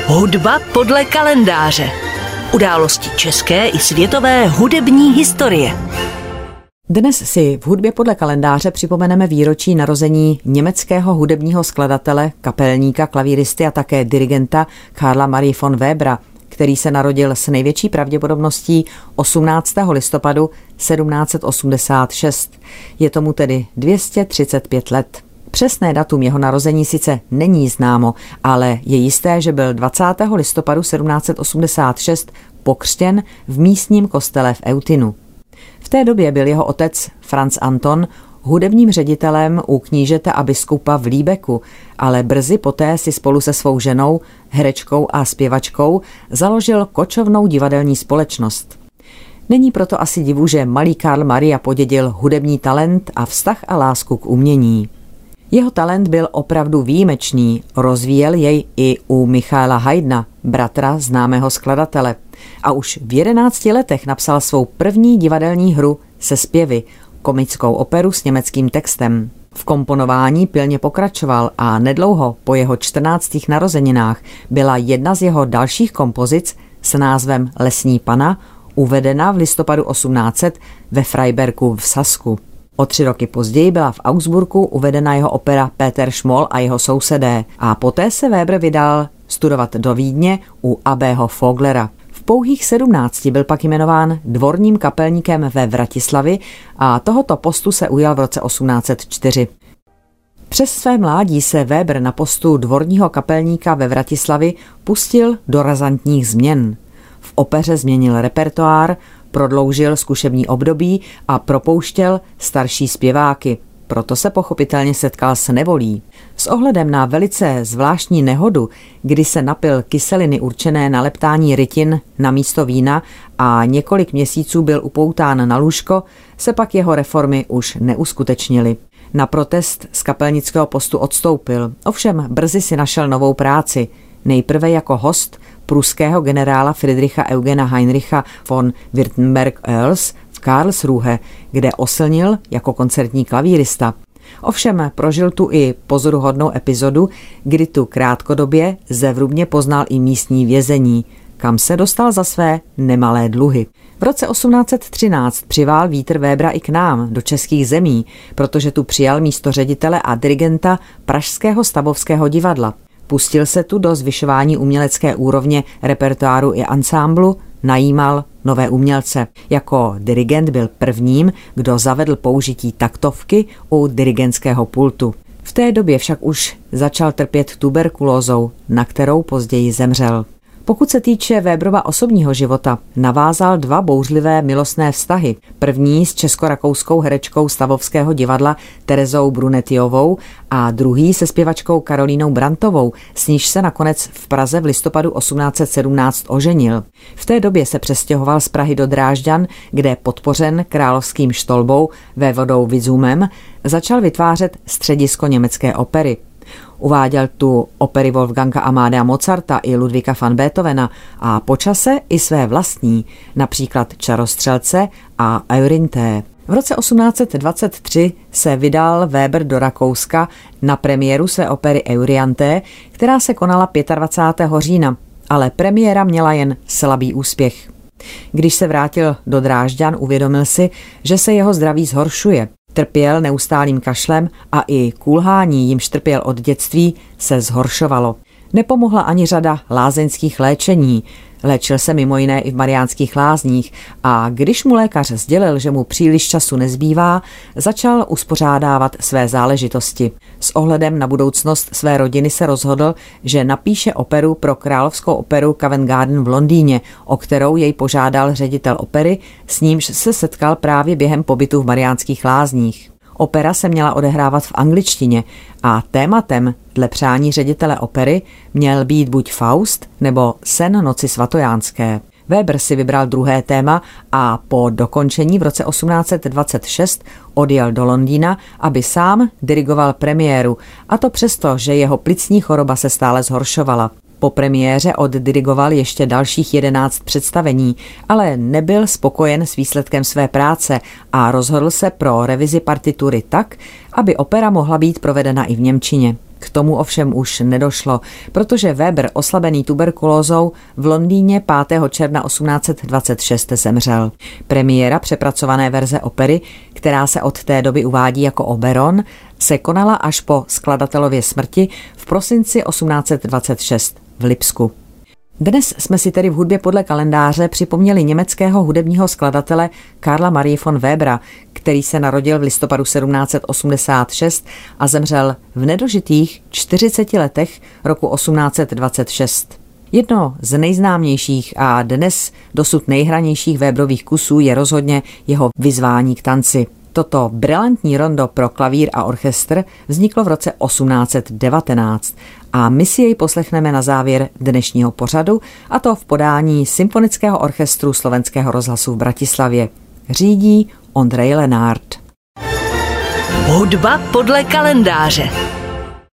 Hudba podle kalendáře. Události české i světové hudební historie. Dnes si v hudbě podle kalendáře připomeneme výročí narození německého hudebního skladatele, kapelníka, klavíristy a také dirigenta Karla Marie von Webera, který se narodil s největší pravděpodobností 18. listopadu 1786. Je tomu tedy 235 let. Přesné datum jeho narození sice není známo, ale je jisté, že byl 20. listopadu 1786 pokřtěn v místním kostele v Eutinu. V té době byl jeho otec Franz Anton hudebním ředitelem u knížete a biskupa v Lübecku, ale brzy poté si spolu se svou ženou, herečkou a zpěvačkou založil kočovnou divadelní společnost. Není proto asi divu, že malý Karl Maria podědil hudební talent a vztah a lásku k umění. Jeho talent byl opravdu výjimečný, rozvíjel jej i u Michaela Haydna, bratra známého skladatele, a už v 11 letech napsal svou první divadelní hru se zpěvy, komickou operu s německým textem. V komponování pilně pokračoval a nedlouho po jeho 14. narozeninách byla jedna z jeho dalších kompozic s názvem Lesní pana uvedena v listopadu 1800 ve Freibergu v Sasku. O 3 roky později byla v Augsburgu uvedena jeho opera Peter Schmoll a jeho sousedé a poté se Weber vydal studovat do Vídně u abbého Voglera. V pouhých 17 byl pak jmenován dvorním kapelníkem ve Vratislavi a tohoto postu se ujal v roce 1804. Přes své mládí se Weber na postu dvorního kapelníka ve Vratislavi pustil do razantních změn. V opeře změnil repertoár, prodloužil zkušební období a propouštěl starší zpěváky. Proto se pochopitelně setkal s nevolí. S ohledem na velice zvláštní nehodu, kdy se napil kyseliny určené na leptání rytin na místo vína a několik měsíců byl upoután na lůžko, se pak jeho reformy už neuskutečnily. Na protest z kapelnického postu odstoupil, ovšem brzy si našel novou práci. Nejprve jako host pruského generála Friedricha Eugena Heinricha von Württemberg-Oels v Karlsruhe, kde oslnil jako koncertní klavírista. Ovšem prožil tu i pozoruhodnou epizodu, kdy tu krátkodobě zevrubně poznal i místní vězení, kam se dostal za své nemalé dluhy. V roce 1813 přivál vítr Webera i k nám, do českých zemí, protože tu přijal místo ředitele a dirigenta Pražského stavovského divadla. Pustil se tu do zvyšování umělecké úrovně repertoáru i ansámblu, najímal nové umělce. Jako dirigent byl prvním, kdo zavedl použití taktovky u dirigentského pultu. V té době však už začal trpět tuberkulózou, na kterou později zemřel. Pokud se týče Weberova osobního života, navázal 2 bouřlivé milostné vztahy. První s česko-rakouskou herečkou Stavovského divadla Terezou Brunetiovou a druhý se zpěvačkou Karolínou Brantovou, s níž se nakonec v Praze v listopadu 1817 oženil. V té době se přestěhoval z Prahy do Drážďan, kde podpořen královským štolbou vévodou Vizumem začal vytvářet středisko německé opery. Uváděl tu opery Wolfganga Amadea Mozarta i Ludvíka van Beethovena a po čase i své vlastní, například Čarostřelce a Eurynthe. V roce 1823 se vydal Weber do Rakouska na premiéru své opery Euryanthe, která se konala 25. října, ale premiéra měla jen slabý úspěch. Když se vrátil do Drážďan, uvědomil si, že se jeho zdraví zhoršuje. Trpěl neustálým kašlem a i kulhání, jimž trpěl od dětství, se zhoršovalo. Nepomohla ani řada lázeňských léčení. Léčil se mimo jiné i v Mariánských Lázních a když mu lékař sdělil, že mu příliš času nezbývá, začal uspořádávat své záležitosti. S ohledem na budoucnost své rodiny se rozhodl, že napíše operu pro Královskou operu Covent Garden v Londýně, o kterou jej požádal ředitel opery, s nímž se setkal právě během pobytu v Mariánských Lázních. Opera se měla odehrávat v angličtině a tématem dle přání ředitele opery měl být buď Faust nebo Sen noci svatojánské. Weber si vybral druhé téma a po dokončení v roce 1826 odjel do Londýna, aby sám dirigoval premiéru, a to přesto, že jeho plicní choroba se stále zhoršovala. Po premiéře oddirigoval ještě dalších 11 představení, ale nebyl spokojen s výsledkem své práce a rozhodl se pro revizi partitury tak, aby opera mohla být provedena i v němčině. K tomu ovšem už nedošlo, protože Weber, oslabený tuberkulózou, v Londýně 5. června 1826 zemřel. Premiéra přepracované verze opery, která se od té doby uvádí jako Oberon, se konala až po skladatelově smrti v prosinci 1826 v Lipsku. Dnes jsme si tedy v hudbě podle kalendáře připomněli německého hudebního skladatele Karla Marie von Webera, který se narodil v listopadu 1786 a zemřel v nedožitých 40 letech roku 1826. Jedno z nejznámějších a dnes dosud nejhranějších Weberových kusů je rozhodně jeho Vyzvání k tanci. Toto brilantní rondo pro klavír a orchestr vzniklo v roce 1819 a my si jej poslechneme na závěr dnešního pořadu, a to v podání Symfonického orchestru Slovenského rozhlasu v Bratislavě. Řídí Ondrej Lenárd. Hudba podle kalendáře.